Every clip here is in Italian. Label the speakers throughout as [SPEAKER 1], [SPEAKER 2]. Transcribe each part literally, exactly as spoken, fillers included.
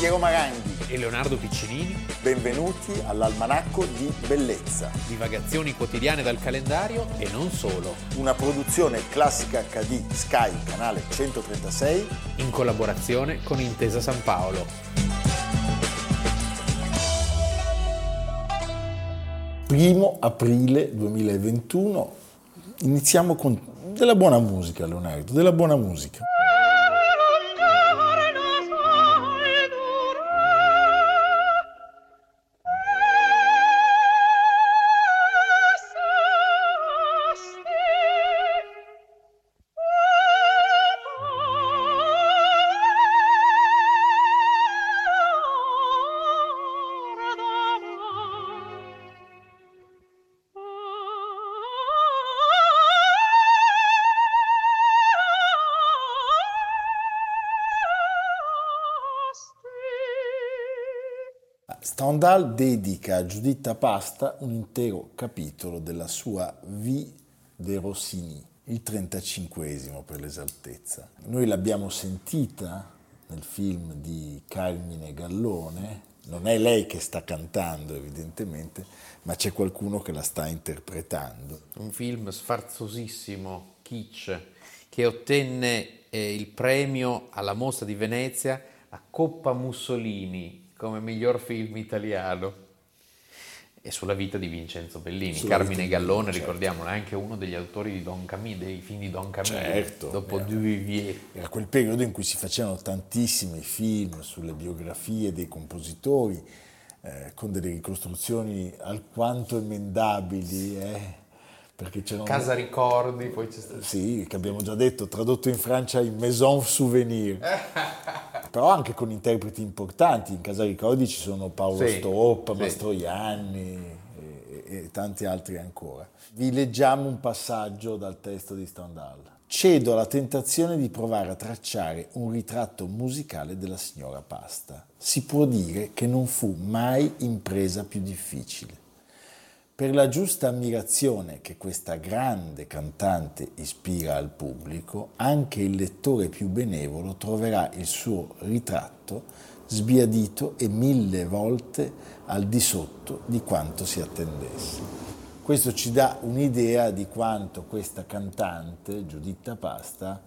[SPEAKER 1] Piero Maranghi
[SPEAKER 2] e Leonardo Piccinini.
[SPEAKER 1] Benvenuti all'Almanacco di Bellezza.
[SPEAKER 2] Divagazioni quotidiane dal calendario e non solo.
[SPEAKER 1] Una produzione Classica acca di Sky, canale centotrentasei,
[SPEAKER 2] in collaborazione con Intesa San Paolo.
[SPEAKER 1] Primo aprile duemilaventuno. Iniziamo con della buona musica, Leonardo, della buona musica. Stendhal dedica a Giuditta Pasta un intero capitolo della sua Vie de Rossini, il trentacinquesimo per l'esattezza. Noi l'abbiamo sentita nel film di Carmine Gallone, non è lei che sta cantando evidentemente, ma c'è qualcuno che la sta interpretando.
[SPEAKER 2] Un film sfarzosissimo, kitsch, che ottenne eh, il premio alla Mostra di Venezia, la Coppa Mussolini, come miglior film italiano, e sulla vita di Vincenzo Bellini. Sulla Carmine Gallone, certo, ricordiamolo, è anche uno degli autori di Don Camillo, dei film di Don Camillo,
[SPEAKER 1] certo,
[SPEAKER 2] dopo
[SPEAKER 1] era,
[SPEAKER 2] Duvivier.
[SPEAKER 1] Era quel periodo in cui si facevano tantissimi film sulle biografie dei compositori, eh, con delle ricostruzioni alquanto emendabili, eh, perché c'erano...
[SPEAKER 2] Casa Ricordi, poi c'è stato...
[SPEAKER 1] Sì, che abbiamo già detto, tradotto in Francia in Maison Souvenir. Però anche con interpreti importanti. In Casa Ricordi ci sono Paolo
[SPEAKER 2] sì,
[SPEAKER 1] Stoppa,
[SPEAKER 2] sì.
[SPEAKER 1] Mastroianni e, e tanti altri ancora. Vi leggiamo un passaggio dal testo di Stendhal. Cedo alla tentazione di provare a tracciare un ritratto musicale della signora Pasta. Si può dire che non fu mai impresa più difficile. Per la giusta ammirazione che questa grande cantante ispira al pubblico, anche il lettore più benevolo troverà il suo ritratto sbiadito e mille volte al di sotto di quanto si attendesse. Questo ci dà un'idea di quanto questa cantante, Giuditta Pasta,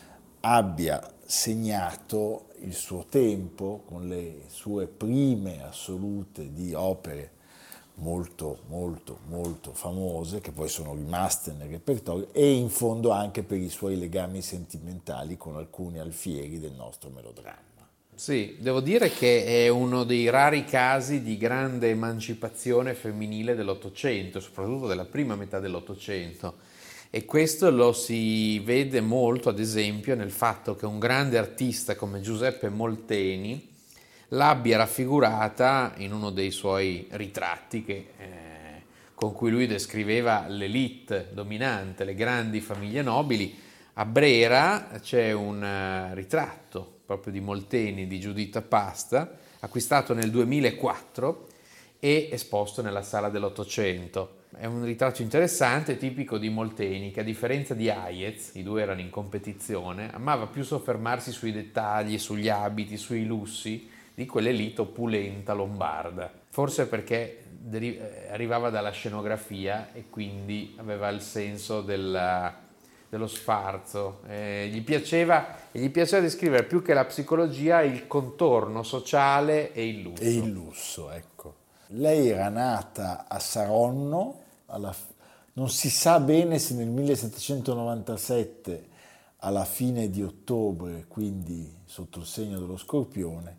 [SPEAKER 1] abbia segnato il suo tempo con le sue prime assolute di opere molto, molto, molto famose, che poi sono rimaste nel repertorio, e in fondo anche per i suoi legami sentimentali con alcuni alfieri del nostro melodramma.
[SPEAKER 2] Sì, devo dire che è uno dei rari casi di grande emancipazione femminile dell'Ottocento, soprattutto della prima metà dell'Ottocento, e questo lo si vede molto, ad esempio, nel fatto che un grande artista come Giuseppe Molteni l'abbia raffigurata in uno dei suoi ritratti che, eh, con cui lui descriveva l'élite dominante, le grandi famiglie nobili. A Brera c'è un uh, ritratto proprio di Molteni, di Giuditta Pasta, acquistato nel duemilaquattro e esposto nella Sala dell'Ottocento. È un ritratto interessante, tipico di Molteni, che a differenza di Hayez, i due erano in competizione, amava più soffermarsi sui dettagli, sugli abiti, sui lussi, di quell'elite opulenta lombarda, forse perché deri- arrivava dalla scenografia e quindi aveva il senso della, dello sfarzo, eh, gli piaceva, e gli piaceva descrivere più che la psicologia il contorno sociale e il lusso.
[SPEAKER 1] E il lusso, ecco. Lei era nata a Saronno, alla, non si sa bene se nel millesettecentonovantasette, alla fine di ottobre, quindi sotto il segno dello Scorpione,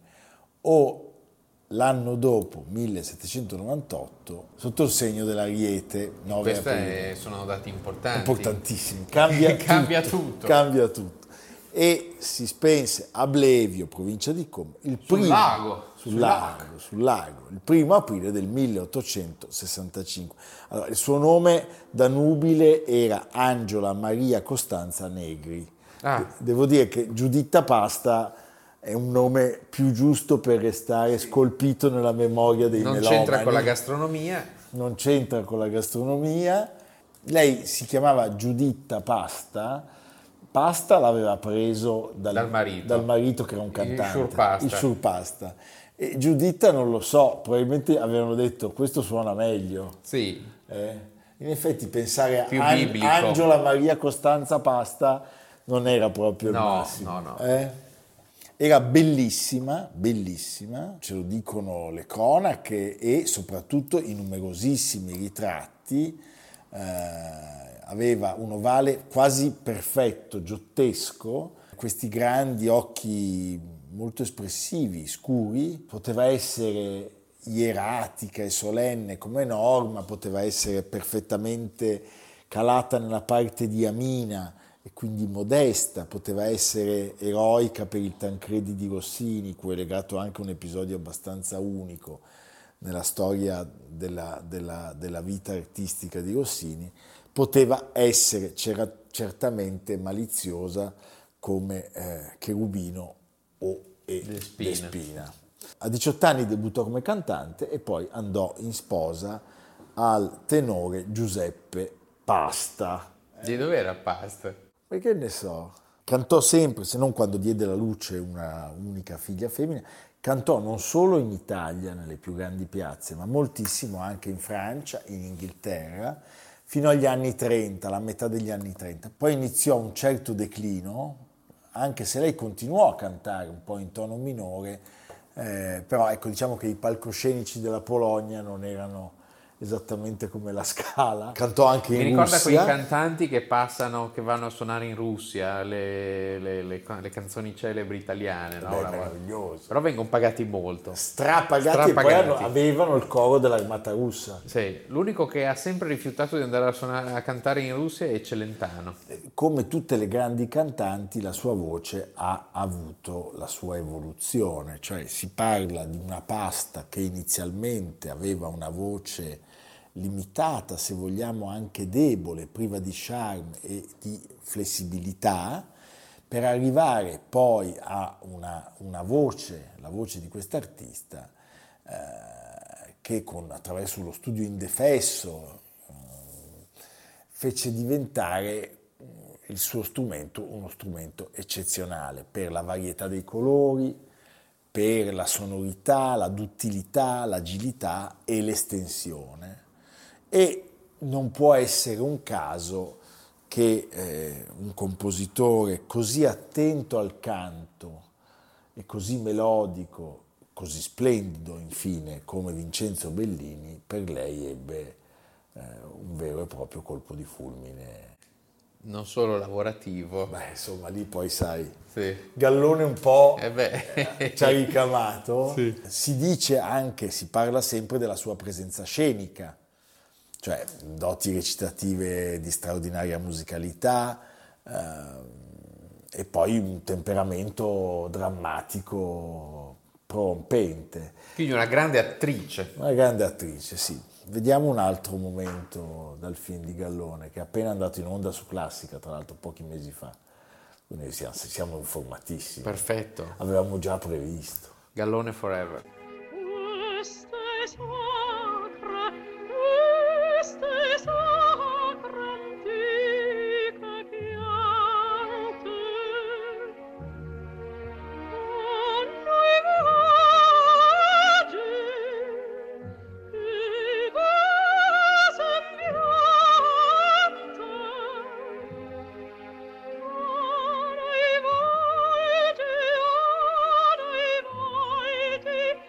[SPEAKER 1] o l'anno dopo, millesettecentonovantotto, sotto il segno dell'Ariete.
[SPEAKER 2] Queste sono dati importanti.
[SPEAKER 1] Importantissimi. Cambia,
[SPEAKER 2] cambia
[SPEAKER 1] tutto,
[SPEAKER 2] tutto.
[SPEAKER 1] Cambia tutto. E si spense a Blevio, provincia di Como, il
[SPEAKER 2] sul
[SPEAKER 1] primo,
[SPEAKER 2] lago.
[SPEAKER 1] Sul,
[SPEAKER 2] sul
[SPEAKER 1] lago,
[SPEAKER 2] lago.
[SPEAKER 1] sul lago, il primo aprile del milleottocentosessantacinque. Allora, il suo nome da nubile era Angela Maria Costanza Negri.
[SPEAKER 2] Ah.
[SPEAKER 1] Devo dire che Giuditta Pasta è un nome più giusto per restare scolpito nella memoria dei
[SPEAKER 2] non
[SPEAKER 1] melomani.
[SPEAKER 2] Non c'entra con la gastronomia.
[SPEAKER 1] Non c'entra con la gastronomia. Lei si chiamava Giuditta Pasta. pasta l'aveva preso dal,
[SPEAKER 2] Dal marito.
[SPEAKER 1] dal marito che era un cantante,
[SPEAKER 2] Il Sciurpasta.
[SPEAKER 1] il Sciurpasta. E Giuditta non lo so, probabilmente avevano detto questo suona meglio.
[SPEAKER 2] Sì.
[SPEAKER 1] Eh? In effetti pensare
[SPEAKER 2] Più
[SPEAKER 1] a An-
[SPEAKER 2] biblico.
[SPEAKER 1] Angela Maria Costanza Pasta non era proprio il
[SPEAKER 2] No,
[SPEAKER 1] massimo.
[SPEAKER 2] no, no.
[SPEAKER 1] Eh? Era bellissima, bellissima, ce lo dicono le cronache e soprattutto i numerosissimi ritratti. Eh, aveva un ovale quasi perfetto, giottesco, questi grandi occhi molto espressivi, scuri, poteva essere ieratica e solenne come Norma, poteva essere perfettamente calata nella parte di Amina e quindi modesta, poteva essere eroica per il Tancredi di Rossini, cui è legato anche un episodio abbastanza unico nella storia della, della, della vita artistica di Rossini, poteva essere c'era certamente maliziosa come eh, Cherubino o e
[SPEAKER 2] Despina.
[SPEAKER 1] Despina. A diciotto anni debuttò come cantante e poi andò in sposa al tenore Giuseppe Pasta.
[SPEAKER 2] Di dove era Pasta?
[SPEAKER 1] Perché ne so? Cantò sempre, se non quando diede alla luce una unica figlia femmina, cantò non solo in Italia, nelle più grandi piazze, ma moltissimo anche in Francia, in Inghilterra, fino agli anni trenta, la metà degli anni trenta. Poi iniziò un certo declino, anche se lei continuò a cantare un po' in tono minore, eh, però ecco, diciamo che i palcoscenici della Polonia non erano esattamente come la Scala. Cantò anche in
[SPEAKER 2] Mi ricorda
[SPEAKER 1] Russia.
[SPEAKER 2] quei cantanti che passano, che vanno a suonare in Russia le, le, le, le canzoni celebri italiane, no?
[SPEAKER 1] Beh,
[SPEAKER 2] Una-
[SPEAKER 1] meraviglioso.
[SPEAKER 2] Però vengono pagati molto.
[SPEAKER 1] Strapagati, e poi
[SPEAKER 2] Strapagati.
[SPEAKER 1] hanno- avevano il coro dell'Armata Russa.
[SPEAKER 2] Sì, l'unico che ha sempre rifiutato di andare a, suonare, a cantare in Russia è Celentano.
[SPEAKER 1] Come tutte le grandi cantanti, la sua voce ha avuto la sua evoluzione, cioè si parla di una Pasta che inizialmente aveva una voce limitata, se vogliamo anche debole, priva di charme e di flessibilità, per arrivare poi a una, una voce, la voce di quest'artista, eh, che con, attraverso lo studio indefesso eh, fece diventare il suo strumento uno strumento eccezionale per la varietà dei colori, per la sonorità, la duttilità, l'agilità e l'estensione. E non può essere un caso che eh, un compositore così attento al canto e così melodico, così splendido infine come Vincenzo Bellini, per lei ebbe eh, un vero e proprio colpo di fulmine.
[SPEAKER 2] Non solo lavorativo.
[SPEAKER 1] Beh, insomma, lì poi sai,
[SPEAKER 2] Sì.
[SPEAKER 1] Gallone un po'
[SPEAKER 2] Eh beh.
[SPEAKER 1] ci ha ricamato.
[SPEAKER 2] Sì.
[SPEAKER 1] Si dice anche, si parla sempre della sua presenza scenica, cioè doti recitative di straordinaria musicalità ehm, e poi un temperamento drammatico prorompente.
[SPEAKER 2] Quindi una grande attrice.
[SPEAKER 1] Una grande attrice, sì. Vediamo un altro momento dal film di Gallone, che è appena andato in onda su Classica, tra l'altro pochi mesi fa. Quindi siamo, siamo informatissimi.
[SPEAKER 2] Perfetto.
[SPEAKER 1] Avevamo già previsto.
[SPEAKER 2] Gallone forever.
[SPEAKER 3] Questa è sacra, questa è sacra antica piante. Con noi vaggi, di casa sembiante. Noi volti, noi volti,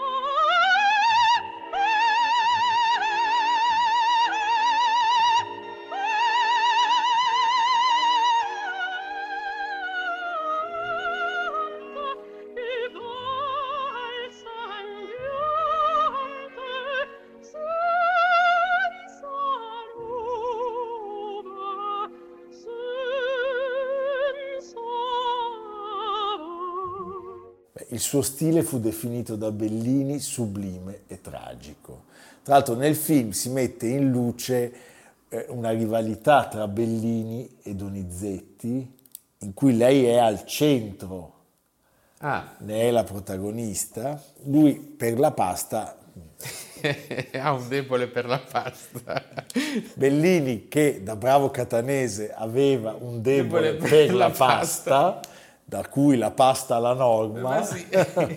[SPEAKER 1] Il suo stile fu definito da Bellini sublime e tragico. Tra l'altro nel film si mette in luce eh, una rivalità tra Bellini e Donizetti, in cui lei è al centro,
[SPEAKER 2] Ah,
[SPEAKER 1] ne è la protagonista. Lui per la Pasta
[SPEAKER 2] Ha un debole per la pasta.
[SPEAKER 1] Bellini, che da bravo catanese aveva un debole,
[SPEAKER 2] Debole per
[SPEAKER 1] per
[SPEAKER 2] la
[SPEAKER 1] la pasta, da cui la pasta alla Norma,
[SPEAKER 2] Ma sì.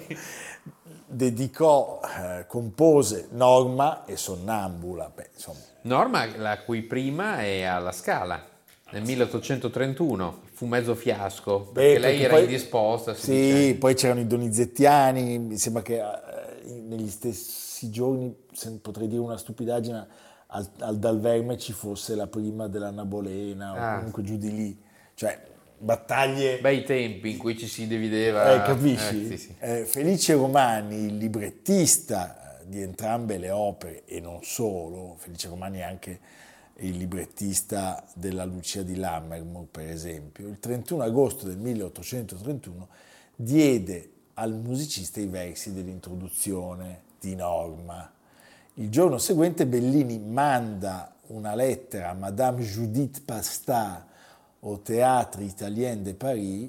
[SPEAKER 1] dedicò, eh, compose Norma e Sonnambula. Beh, insomma,
[SPEAKER 2] Norma, la cui prima è alla Scala, nel milleottocentotrentuno, fu mezzo fiasco, perché
[SPEAKER 1] beh,
[SPEAKER 2] lei era
[SPEAKER 1] poi-
[SPEAKER 2] indisposta. Si
[SPEAKER 1] Sì,
[SPEAKER 2] dice.
[SPEAKER 1] poi c'erano i Donizettiani, mi sembra che eh, negli stessi giorni, se potrei dire una stupidaggine, al, al Dal Verme ci fosse la prima dell'Anna Bolena, o
[SPEAKER 2] Ah.
[SPEAKER 1] comunque giù di lì. Cioè, battaglie...
[SPEAKER 2] Bei tempi in cui ci si divideva.
[SPEAKER 1] Eh, capisci?
[SPEAKER 2] Eh, sì, sì.
[SPEAKER 1] Eh, Felice Romani, il librettista di entrambe le opere, e non solo, Felice Romani è anche il librettista della Lucia di Lammermoor, per esempio, il trentuno agosto del milleottocentotrentuno diede al musicista i versi dell'introduzione di Norma. Il giorno seguente Bellini manda una lettera a Madame Judith Pastat au Théâtre Italien de Paris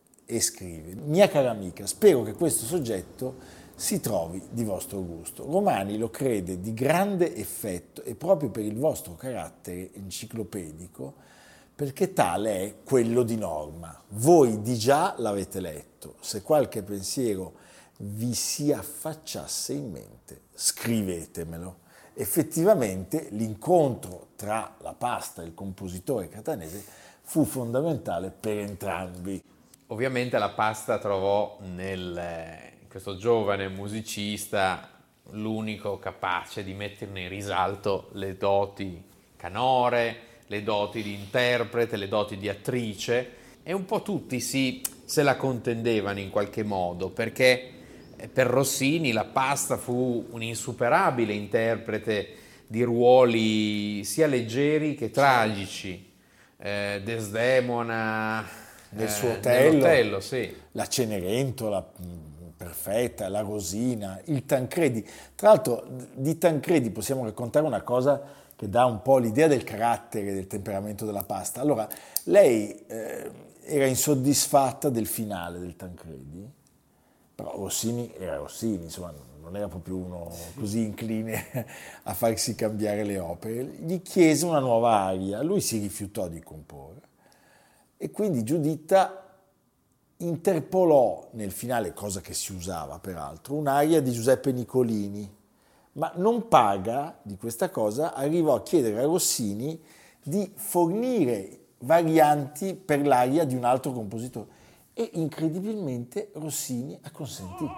[SPEAKER 1] e scrive: mia cara amica, spero che questo soggetto si trovi di vostro gusto. Romani lo crede di grande effetto e proprio per il vostro carattere enciclopedico, perché tale è quello di Norma. Voi di già l'avete letto, se qualche pensiero vi si affacciasse in mente, scrivetemelo. Effettivamente l'incontro tra la Pasta e il compositore catanese fu fondamentale per entrambi.
[SPEAKER 2] Ovviamente la Pasta trovò nel, in questo giovane musicista l'unico capace di metterne in risalto le doti canore, le doti di interprete, le doti di attrice, e un po' tutti si, se la contendevano in qualche modo, perché per Rossini la Pasta fu un insuperabile interprete di ruoli sia leggeri che tragici. Eh, Desdemona
[SPEAKER 1] Nel
[SPEAKER 2] eh,
[SPEAKER 1] suo Otello,
[SPEAKER 2] nell'Otello, sì.
[SPEAKER 1] la Cenerentola mh, perfetta, la Rosina, il Tancredi. Tra l'altro di Tancredi possiamo raccontare una cosa che dà un po' l'idea del carattere, del temperamento della Pasta. Allora, lei eh, era insoddisfatta del finale del Tancredi, però Rossini era Rossini, insomma, non era proprio uno così incline a farsi cambiare le opere. Gli chiese una nuova aria, lui si rifiutò di comporre e quindi Giuditta interpolò nel finale, cosa che si usava peraltro, un'aria di Giuseppe Nicolini, ma non paga di questa cosa, arrivò a chiedere a Rossini di fornire varianti per l'aria di un altro compositore e incredibilmente Rossini acconsentì.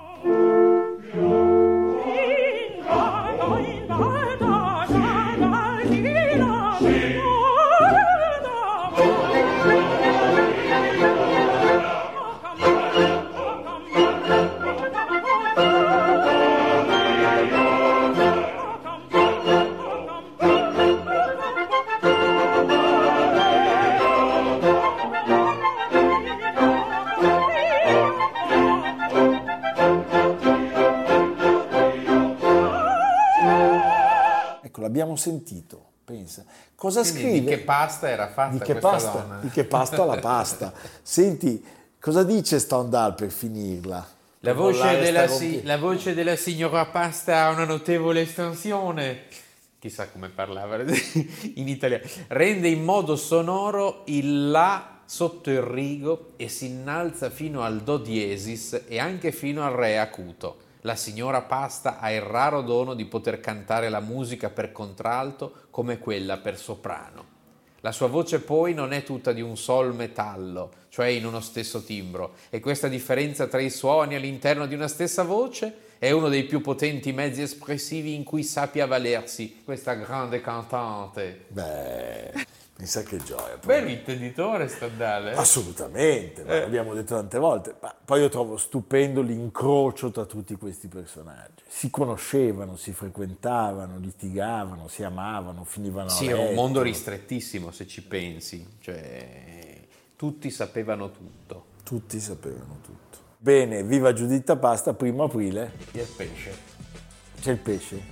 [SPEAKER 1] L'abbiamo sentito, pensa. Cosa
[SPEAKER 2] Quindi
[SPEAKER 1] scrive?
[SPEAKER 2] Di che pasta era fatta
[SPEAKER 1] Di che
[SPEAKER 2] questa
[SPEAKER 1] pasta?
[SPEAKER 2] donna?
[SPEAKER 1] Di che pasta la pasta? Senti, cosa dice Stendhal per finirla?
[SPEAKER 2] La
[SPEAKER 1] Per
[SPEAKER 2] voce,
[SPEAKER 1] mollare
[SPEAKER 2] della,
[SPEAKER 1] sta
[SPEAKER 2] si-
[SPEAKER 1] rompi-
[SPEAKER 2] la voce della signora Pasta ha una notevole estensione. Chissà come parlava in italiano. Rende in modo sonoro il La sotto il rigo e si innalza fino al Do diesis e anche fino al Re acuto. La signora Pasta ha il raro dono di poter cantare la musica per contralto come quella per soprano. La sua voce poi non è tutta di un sol metallo, cioè in uno stesso timbro, e questa differenza tra i suoni all'interno di una stessa voce è uno dei più potenti mezzi espressivi in cui sappia avvalersi questa grande cantante.
[SPEAKER 1] Beh, pensa che gioia.
[SPEAKER 2] Bel intenditore Stendhal.
[SPEAKER 1] Assolutamente, ma l'abbiamo detto tante volte. Ma poi io trovo stupendo l'incrocio tra tutti questi personaggi. Si conoscevano, si frequentavano, litigavano, si amavano, finivano a
[SPEAKER 2] Sì, era un
[SPEAKER 1] letto.
[SPEAKER 2] mondo ristrettissimo se ci pensi, cioè tutti sapevano tutto.
[SPEAKER 1] Tutti sapevano tutto. Bene, viva Giuditta Pasta, primo aprile.
[SPEAKER 2] E il pesce.
[SPEAKER 1] C'è il pesce?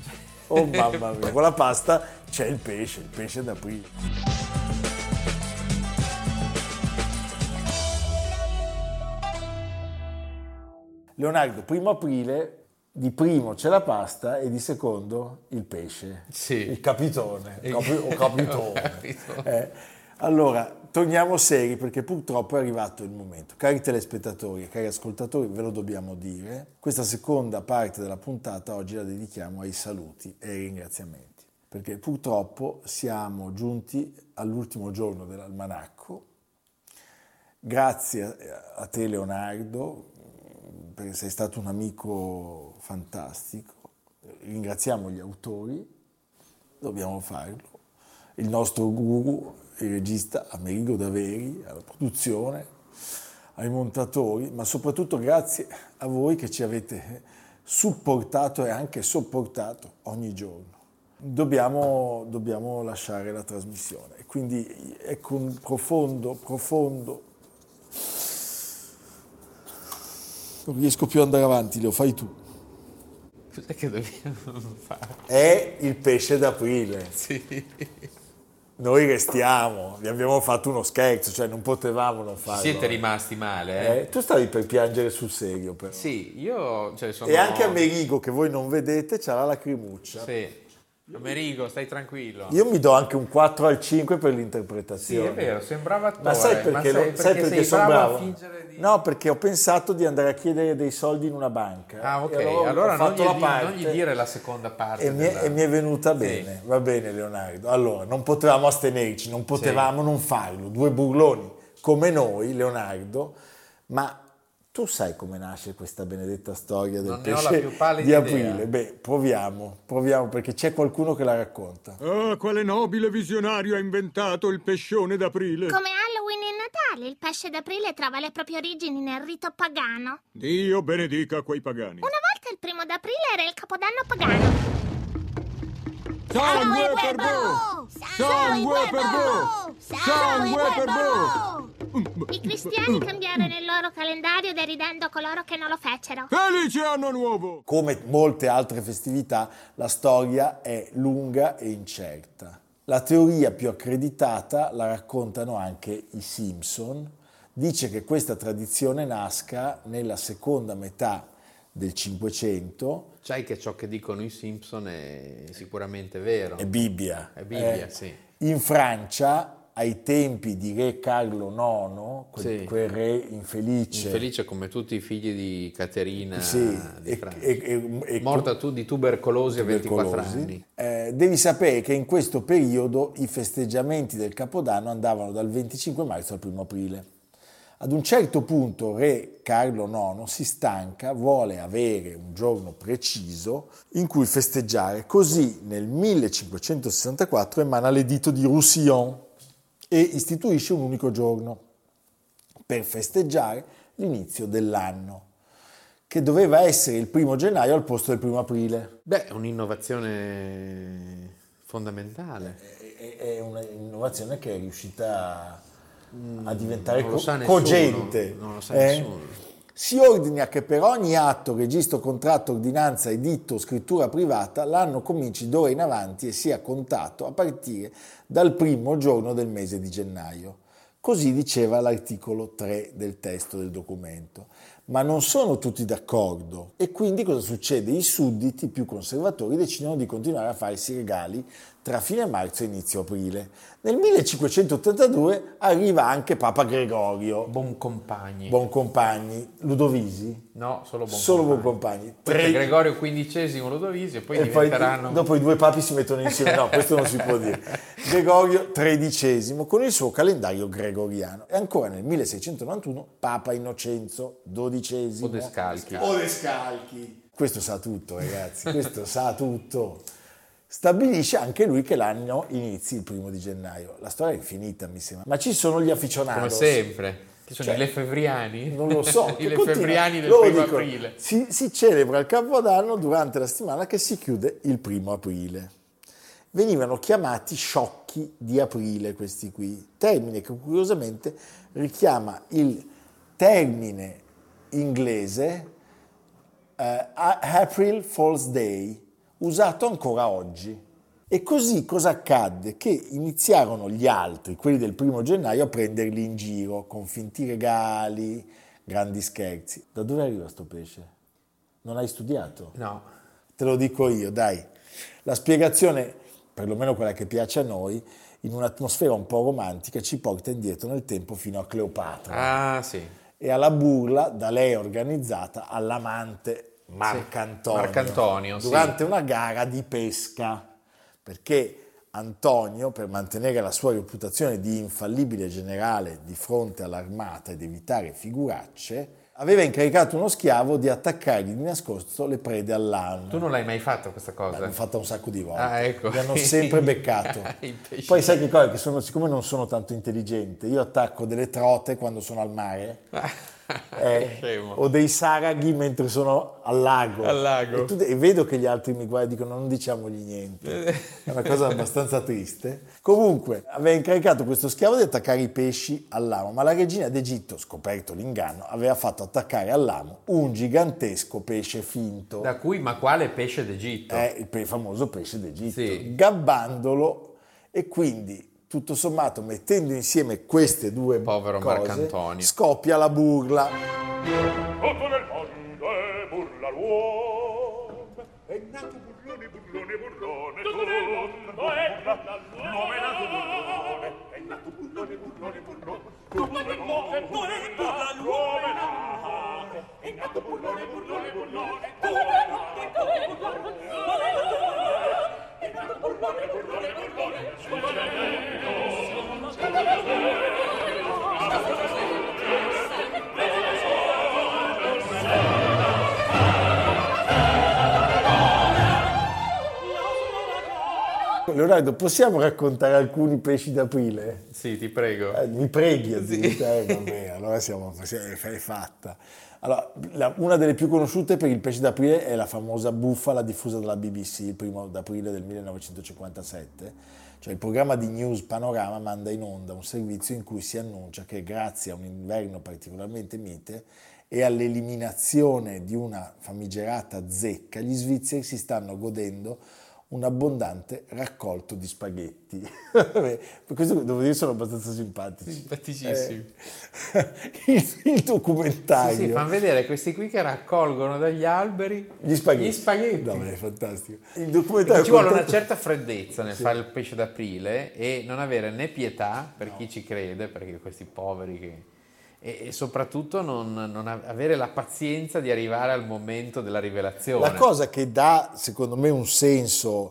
[SPEAKER 1] Oh mamma mia, con la pasta c'è il pesce, il pesce d'aprile. Leonardo, primo aprile Di primo c'è la pasta e di secondo il pesce,
[SPEAKER 2] Sì.
[SPEAKER 1] il capitone,
[SPEAKER 2] Il-
[SPEAKER 1] capi- o capitone.
[SPEAKER 2] Capitone.
[SPEAKER 1] Eh, allora, torniamo seri perché purtroppo è arrivato il momento. Cari telespettatori e cari ascoltatori, ve lo dobbiamo dire, questa seconda parte della puntata oggi la dedichiamo ai saluti e ai ringraziamenti, perché purtroppo siamo giunti all'ultimo giorno dell'almanacco. Grazie a te Leonardo, perché sei stato un amico fantastico. Ringraziamo gli autori, dobbiamo farlo, il nostro guru, il regista Amerigo Daveri, alla produzione, ai montatori, ma soprattutto grazie a voi che ci avete supportato e anche sopportato ogni giorno. Dobbiamo, dobbiamo lasciare la trasmissione, quindi è con profondo, profondo... Non riesco più ad andare avanti, lo fai tu.
[SPEAKER 2] Cos'è che dobbiamo fare?
[SPEAKER 1] È il pesce d'aprile.
[SPEAKER 2] Sì.
[SPEAKER 1] Noi restiamo, vi abbiamo fatto uno scherzo, cioè non potevamo non farlo.
[SPEAKER 2] Siete rimasti male, eh?
[SPEAKER 1] Eh, tu stavi per piangere sul serio, però.
[SPEAKER 2] Sì, io... Cioè, sono...
[SPEAKER 1] E anche Amerigo, che voi non vedete, c'ha la lacrimuccia.
[SPEAKER 2] Sì. Amerigo, stai tranquillo.
[SPEAKER 1] Io mi do anche un quattro al cinque per
[SPEAKER 2] Sì,
[SPEAKER 1] l'interpretazione.
[SPEAKER 2] è vero, sembrava attore.
[SPEAKER 1] Ma sai perché,
[SPEAKER 2] sei,
[SPEAKER 1] lo- sai
[SPEAKER 2] perché
[SPEAKER 1] perché
[SPEAKER 2] sei
[SPEAKER 1] sono
[SPEAKER 2] bravo
[SPEAKER 1] bravo?
[SPEAKER 2] a fingere di...
[SPEAKER 1] No, perché ho pensato di andare a chiedere dei soldi in una banca.
[SPEAKER 2] Ah, ok.
[SPEAKER 1] E allora,
[SPEAKER 2] Allora
[SPEAKER 1] ho
[SPEAKER 2] non
[SPEAKER 1] fatto
[SPEAKER 2] gli,
[SPEAKER 1] la
[SPEAKER 2] di-
[SPEAKER 1] parte
[SPEAKER 2] non gli dire la seconda parte.
[SPEAKER 1] e mi, è,
[SPEAKER 2] della-
[SPEAKER 1] e mi è venuta
[SPEAKER 2] Sì.
[SPEAKER 1] bene. Va bene, Leonardo. Allora, non potevamo astenerci, non potevamo non farlo. Due burloni come noi, Leonardo, ma tu sai come nasce questa benedetta storia del
[SPEAKER 2] Non ne ho la
[SPEAKER 1] pesce
[SPEAKER 2] più pallida
[SPEAKER 1] di aprile?
[SPEAKER 2] idea.
[SPEAKER 1] Beh, proviamo, proviamo perché c'è qualcuno che la racconta.
[SPEAKER 4] Ah, quale nobile visionario ha inventato il pescione d'aprile?
[SPEAKER 5] Come Halloween e Natale, il pesce d'aprile trova le proprie origini nel rito pagano.
[SPEAKER 4] Dio benedica quei pagani.
[SPEAKER 5] Una volta il primo d'aprile era il capodanno pagano.
[SPEAKER 4] Sangue per voi! Sangue per voi! Sangue per voi!
[SPEAKER 5] I cristiani cambiarono il loro calendario deridendo coloro che non lo fecero.
[SPEAKER 4] Felice anno nuovo!
[SPEAKER 1] Come molte altre festività, la storia è lunga e incerta. La teoria più accreditata la raccontano anche i Simpson. Dice che questa tradizione nasca nella seconda metà del Cinquecento.
[SPEAKER 2] Sai che ciò che dicono i Simpson è sicuramente vero.
[SPEAKER 1] È Bibbia.
[SPEAKER 2] È Bibbia,
[SPEAKER 1] Eh,
[SPEAKER 2] sì.
[SPEAKER 1] In Francia, ai tempi di re Carlo nono, quel,
[SPEAKER 2] Sì.
[SPEAKER 1] quel re infelice,
[SPEAKER 2] Infelice come tutti i figli di Caterina
[SPEAKER 1] sì,
[SPEAKER 2] di
[SPEAKER 1] e-
[SPEAKER 2] Francia.
[SPEAKER 1] e- e- e-
[SPEAKER 2] Morta tu di tubercolosi a ventiquattro
[SPEAKER 1] tubercolosi,
[SPEAKER 2] anni.
[SPEAKER 1] eh, devi sapere che in questo periodo i festeggiamenti del Capodanno andavano dal venticinque marzo al primo aprile. Ad un certo punto re Carlo nono si stanca, vuole avere un giorno preciso in cui festeggiare, così nel millecinquecentosessantaquattro emana l'editto di Roussillon e istituisce un unico giorno per festeggiare l'inizio dell'anno, che doveva essere il primo gennaio al posto del primo aprile.
[SPEAKER 2] Beh, è un'innovazione fondamentale.
[SPEAKER 1] È- È un'innovazione che è riuscita a diventare
[SPEAKER 2] non lo
[SPEAKER 1] co-
[SPEAKER 2] sa nessuno,
[SPEAKER 1] cogente.
[SPEAKER 2] non lo sa
[SPEAKER 1] eh?
[SPEAKER 2] nessuno.
[SPEAKER 1] Si ordina che per ogni atto, registro, contratto, ordinanza, editto o scrittura privata, l'anno cominci d'ora in avanti e sia contato a partire dal primo giorno del mese di gennaio. Così diceva l'articolo tre del testo del documento. Ma non sono tutti d'accordo e quindi cosa succede? I sudditi più conservatori decidono di continuare a farsi regali tra fine marzo e inizio aprile. Nel millecinquecentottantadue arriva anche Papa Gregorio,
[SPEAKER 2] Boncompagni.
[SPEAKER 1] Boncompagni, Ludovisi,
[SPEAKER 2] No, solo Boncompagni.
[SPEAKER 1] solo Boncompagni.
[SPEAKER 2] Poi c'è
[SPEAKER 1] Tre-
[SPEAKER 2] Gregorio quindicesimo Ludovisi e poi
[SPEAKER 1] e poi
[SPEAKER 2] diventeranno...
[SPEAKER 1] dopo i due papi si mettono insieme, no, questo non si può dire. Gregorio tredicesimo con il suo calendario gregoriano. E ancora nel milleseicentonovantuno Papa Innocenzo dodicesimo.
[SPEAKER 2] Odescalchi.
[SPEAKER 1] Odescalchi. Questo sa tutto, ragazzi, questo sa tutto. Stabilisce anche lui che l'anno inizi il primo di gennaio. La storia è infinita, mi sembra. Ma ci sono gli afficionados.
[SPEAKER 2] Come sempre. Che sono
[SPEAKER 1] Cioè,
[SPEAKER 2] i lefevriani?
[SPEAKER 1] Non lo so.
[SPEAKER 2] I
[SPEAKER 1] che continua.
[SPEAKER 2] lefevriani del
[SPEAKER 1] Loro
[SPEAKER 2] primo
[SPEAKER 1] dicono,
[SPEAKER 2] aprile.
[SPEAKER 1] Si, si celebra il Capodanno durante la settimana che si chiude il primo aprile. Venivano chiamati sciocchi di aprile questi qui, termine che curiosamente richiama il termine inglese eh, April Fool's Day, usato ancora oggi. E così cosa accadde? Che iniziarono gli altri, quelli del primo gennaio, a prenderli in giro con finti regali, grandi scherzi. Da dove arriva sto pesce? Non hai studiato?
[SPEAKER 2] No.
[SPEAKER 1] Te lo dico io, dai. La spiegazione, perlomeno quella che piace a noi, in un'atmosfera un po' romantica, ci porta indietro nel tempo fino a Cleopatra.
[SPEAKER 2] Ah, sì.
[SPEAKER 1] E alla burla, da lei organizzata, all'amante Marcantonio.
[SPEAKER 2] Marcantonio, sì.
[SPEAKER 1] Durante una gara di pesca. Perché Antonio, per mantenere la sua reputazione di infallibile generale di fronte all'armata ed evitare figuracce, aveva incaricato uno schiavo di attaccargli di nascosto le prede all'amo.
[SPEAKER 2] Tu non l'hai mai fatto questa cosa?
[SPEAKER 1] L'ho fatta un sacco di volte.
[SPEAKER 2] Ah, ecco.
[SPEAKER 1] Mi hanno sempre beccato. Poi sai che cosa? Che sono, siccome non sono tanto intelligente, io attacco delle trote quando sono al mare. Eh, o dei saraghi mentre sono al lago,
[SPEAKER 2] al lago.
[SPEAKER 1] E, tu, e vedo che gli altri mi guardano e dicono non diciamogli niente, è una cosa abbastanza triste. Comunque aveva incaricato questo schiavo di attaccare i pesci all'amo, ma la regina d'Egitto, scoperto l'inganno, aveva fatto attaccare all'amo un gigantesco pesce finto,
[SPEAKER 2] da cui, ma quale pesce d'Egitto?
[SPEAKER 1] È il pe- famoso pesce d'Egitto,
[SPEAKER 2] sì.
[SPEAKER 1] Gabbandolo, e quindi tutto sommato, mettendo insieme queste due
[SPEAKER 2] Povero
[SPEAKER 1] cose,
[SPEAKER 2] Marcantonio.
[SPEAKER 1] scoppia la burla.
[SPEAKER 3] Tutto nel mondo è burla l'uomo, è nato burlone, burlone, burlone, tutto nel mondo è burla l'uomo, è nato burlone, è nato burlone, burlone, burlone, tutto nel mondo è burla l'uomo, è nato burlone, burlone, burlone, tutto nel mondo è burla l'uomo, è nato burlone, burlone, burlone,
[SPEAKER 1] Leonardo, possiamo raccontare alcuni pesci d'aprile?
[SPEAKER 2] Sì, ti prego.
[SPEAKER 1] Eh, mi preghi a
[SPEAKER 2] Sì.
[SPEAKER 1] dire, eh, vabbè, allora siamo, è fatta. Allora, la- una delle più conosciute per il pesce d'aprile è la famosa bufala diffusa dalla B B C il primo d'aprile del millenovecentocinquantasette, cioè il programma di News Panorama manda in onda un servizio in cui si annuncia che grazie a un inverno particolarmente mite e all'eliminazione di una famigerata zecca, gli svizzeri si stanno godendo un abbondante raccolto di spaghetti. Vabbè, per questo devo dire sono abbastanza simpatici.
[SPEAKER 2] Simpaticissimi.
[SPEAKER 1] Eh, il, il documentario.
[SPEAKER 2] Sì, sì, fanno vedere questi qui che raccolgono dagli alberi
[SPEAKER 1] Gli spaghetti.
[SPEAKER 2] Gli spaghetti.
[SPEAKER 1] No, ma è fantastico. Il documentario
[SPEAKER 2] Ci vuole una
[SPEAKER 1] contato-
[SPEAKER 2] certa freddezza nel fare il pesce d'aprile e non avere né pietà per chi ci crede, perché questi poveri che... E, e soprattutto non, non a- avere la pazienza di arrivare al momento della rivelazione.
[SPEAKER 1] La cosa che dà, secondo me, un senso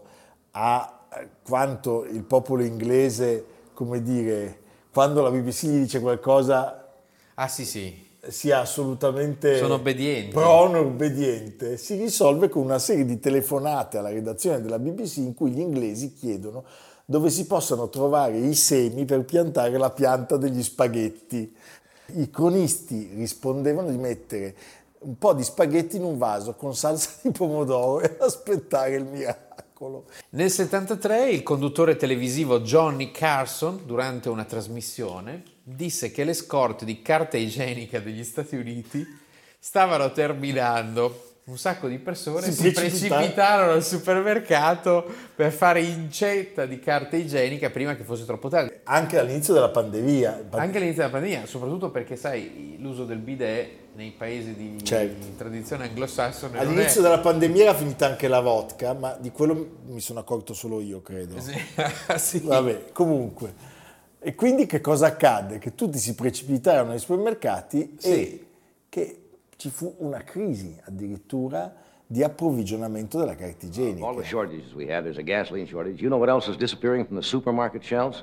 [SPEAKER 1] a quanto il popolo inglese, come dire, quando la B B C gli dice qualcosa
[SPEAKER 2] Ah sì sì,
[SPEAKER 1] sia assolutamente
[SPEAKER 2] sono obbedienti.
[SPEAKER 1] prono e obbediente, si risolve con una serie di telefonate alla redazione della B B C in cui gli inglesi chiedono dove si possano trovare i semi per piantare la pianta degli spaghetti. I cronisti rispondevano di mettere un po' di spaghetti in un vaso con salsa di pomodoro e aspettare il miracolo.
[SPEAKER 2] Nel settantatré il conduttore televisivo Johnny Carson, durante una trasmissione, disse che le scorte di carta igienica degli Stati Uniti stavano terminando. Un sacco di persone
[SPEAKER 1] Si
[SPEAKER 2] si,
[SPEAKER 1] precipita-
[SPEAKER 2] precipitarono al supermercato per fare incetta di carta igienica prima che fosse troppo tardi.
[SPEAKER 1] Anche all'inizio della pandemia.
[SPEAKER 2] Anche all'inizio della pandemia, soprattutto perché sai, l'uso del bidet nei paesi di
[SPEAKER 1] Certo.
[SPEAKER 2] tradizione anglosassone non
[SPEAKER 1] All'inizio
[SPEAKER 2] è...
[SPEAKER 1] della pandemia era finita anche la vodka, ma di quello mi sono accorto solo io, credo.
[SPEAKER 2] Sì, sì.
[SPEAKER 1] Vabbè, comunque. E quindi che cosa accadde? Che tutti si precipitarono nei supermercati
[SPEAKER 2] Sì.
[SPEAKER 1] e che ci fu una crisi addirittura di approvvigionamento della carta igienica.
[SPEAKER 6] All the shortages we have, there's a gasoline shortage. You know what else is disappearing from the supermarket shelves?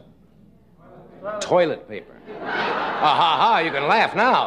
[SPEAKER 6] Toilet paper. Ha ha ha, you can laugh now.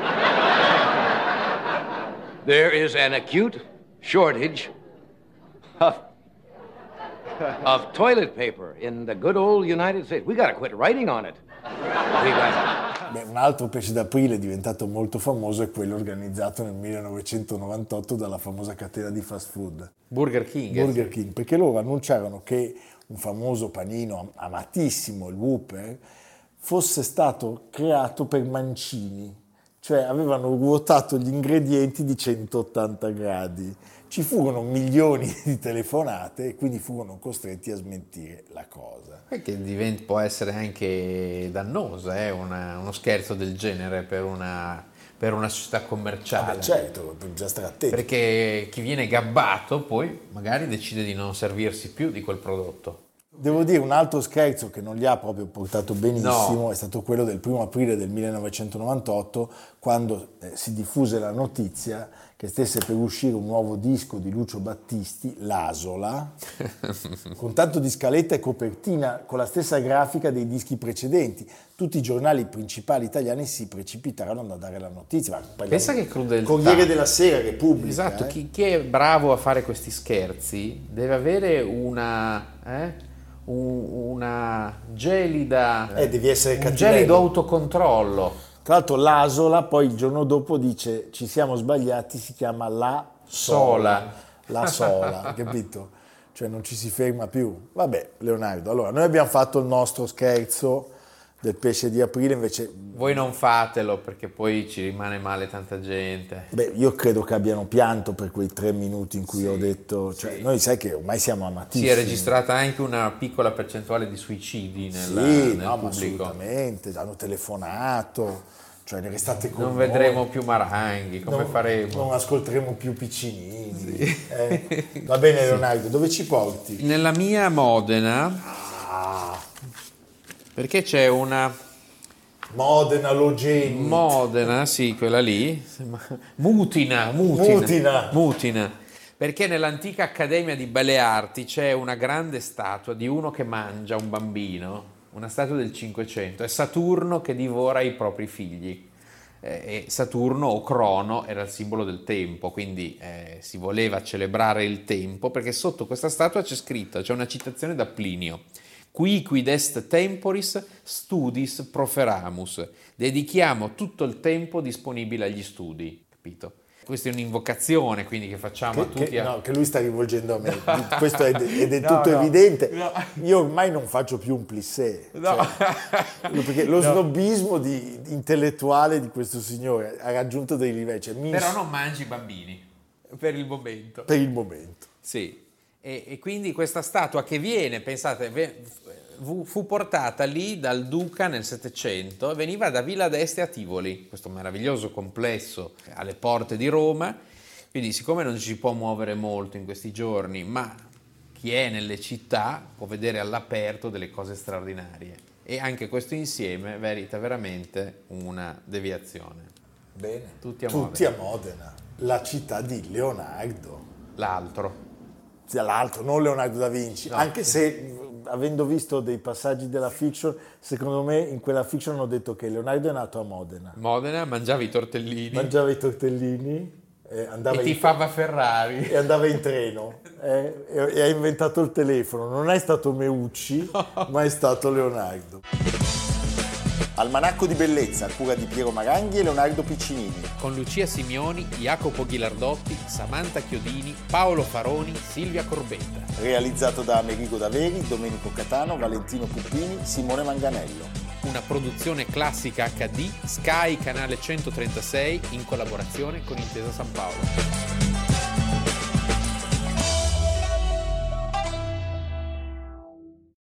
[SPEAKER 6] There is an acute shortage of, of toilet paper in the good old United States. We gotta quit writing on it. We got-
[SPEAKER 1] Beh, un altro pesce d'aprile diventato molto famoso è quello organizzato nel millenovecentonovantotto dalla famosa catena di fast food
[SPEAKER 2] Burger King.
[SPEAKER 1] Burger King, perché loro annunciarono che un famoso panino amatissimo, il Whopper, fosse stato creato per mancini, cioè avevano ruotato gli ingredienti di centottanta gradi. Ci furono milioni di telefonate e quindi furono costretti a smentire la cosa.
[SPEAKER 2] Che diventa, può essere anche dannosa, eh, una- uno scherzo del genere per una, per una società commerciale.
[SPEAKER 1] Vabbè, certo, bisogna stare attenti.
[SPEAKER 2] Perché chi viene gabbato poi magari decide di non servirsi più di quel prodotto.
[SPEAKER 1] Devo dire un altro scherzo che non gli ha proprio portato benissimo,
[SPEAKER 2] No.
[SPEAKER 1] è stato quello del primo aprile del millenovecentonovantotto, quando eh, si diffuse la notizia che stesse per uscire un nuovo disco di Lucio Battisti, L'Asola, con tanto di scaletta e copertina con la stessa grafica dei dischi precedenti. Tutti i giornali principali italiani si precipitarono a dare la notizia. Ma parliamo-
[SPEAKER 2] Pensa che crudeltà.
[SPEAKER 1] Corriere della Sera, Repubblica.
[SPEAKER 2] Esatto,
[SPEAKER 1] eh.
[SPEAKER 2] chi, chi è bravo a fare questi scherzi deve avere una, eh, un- una gelida,
[SPEAKER 1] Eh, devi essere
[SPEAKER 2] un
[SPEAKER 1] cattivello.
[SPEAKER 2] gelido autocontrollo.
[SPEAKER 1] Tra l'altro l'Asola poi il giorno dopo dice ci siamo sbagliati, si chiama La Sola. La Sola, capito? Cioè non ci si ferma più. Vabbè, Leonardo, allora noi abbiamo fatto il nostro scherzo del pesce di aprile, invece
[SPEAKER 2] Voi non fatelo perché poi ci rimane male tanta gente.
[SPEAKER 1] beh, io credo che abbiano pianto per quei tre minuti in cui ho detto, cioè noi sai che ormai siamo amatissimi.
[SPEAKER 2] Si è registrata anche una piccola percentuale di suicidi nel,
[SPEAKER 1] Sì,
[SPEAKER 2] nel
[SPEAKER 1] no, ma
[SPEAKER 2] pubblico.
[SPEAKER 1] assolutamente, hanno telefonato, cioè ne restate con
[SPEAKER 2] Non
[SPEAKER 1] noi.
[SPEAKER 2] vedremo più Maranghi, come
[SPEAKER 1] non,
[SPEAKER 2] faremo?
[SPEAKER 1] Non ascolteremo più Piccinini. eh. Va bene Leonardo, dove ci porti?
[SPEAKER 2] Nella mia Modena,
[SPEAKER 1] Ah,
[SPEAKER 2] perché c'è una
[SPEAKER 1] Modena, Logeni.
[SPEAKER 2] Modena, sì, quella lì, Mutina, Mutina,
[SPEAKER 1] Mutina.
[SPEAKER 2] Mutina, perché nell'antica Accademia di Belle Arti c'è una grande statua di uno che mangia un bambino, una statua del Cinquecento, è Saturno che divora i propri figli. Eh, e Saturno o Crono era il simbolo del tempo, quindi eh, si voleva celebrare il tempo, perché sotto questa statua c'è scritto, c'è una citazione da Plinio: Qui quid est temporis studis proferamus. Dedichiamo tutto il tempo disponibile agli studi, capito? Questa è un'invocazione quindi che facciamo a
[SPEAKER 1] Che,
[SPEAKER 2] tutti.
[SPEAKER 1] che-
[SPEAKER 2] a...
[SPEAKER 1] no, che lui sta rivolgendo a me, questo è, ed è
[SPEAKER 2] No,
[SPEAKER 1] tutto
[SPEAKER 2] no,
[SPEAKER 1] evidente.
[SPEAKER 2] no.
[SPEAKER 1] Io ormai non faccio più un plissé,
[SPEAKER 2] No.
[SPEAKER 1] cioè, perché lo snobismo di, intellettuale di questo signore ha raggiunto dei livelli, cioè, mi-
[SPEAKER 2] Però non mangi bambini, per il momento.
[SPEAKER 1] per il momento.
[SPEAKER 2] Sì, e, e quindi questa statua che viene, pensate, ve- fu, fu portata lì dal duca nel Settecento e veniva da Villa d'Este a Tivoli, questo meraviglioso complesso alle porte di Roma. Quindi siccome non ci si può muovere molto in questi giorni, ma chi è nelle città può vedere all'aperto delle cose straordinarie, e anche questo insieme merita veramente una deviazione.
[SPEAKER 1] Bene.
[SPEAKER 2] Tutti a
[SPEAKER 1] Tutti a Modena, la città di Leonardo.
[SPEAKER 2] L'altro.
[SPEAKER 1] Tra l'altro, non Leonardo da Vinci, anche se avendo visto dei passaggi della fiction, secondo me in quella fiction hanno detto che Leonardo è nato a Modena,
[SPEAKER 2] Modena, mangiava i tortellini
[SPEAKER 1] mangiava i tortellini, eh, andava
[SPEAKER 2] e
[SPEAKER 1] in,
[SPEAKER 2] tifava Ferrari.
[SPEAKER 1] e andava in treno eh, e, e ha inventato il telefono. Non è stato Meucci, ma è stato Leonardo. Almanacco di bellezza a cura di Piero Maranghi e Leonardo Piccinini.
[SPEAKER 2] Con Lucia Simioni, Jacopo Ghilardotti, Samantha Chiodini, Paolo Faroni, Silvia Corbetta.
[SPEAKER 1] Realizzato da Amerigo Daveri, Domenico Catano, Valentino Puppini, Simone Manganello.
[SPEAKER 2] Una produzione classica acca di Sky Canale centotrentasei in collaborazione con Intesa San Paolo.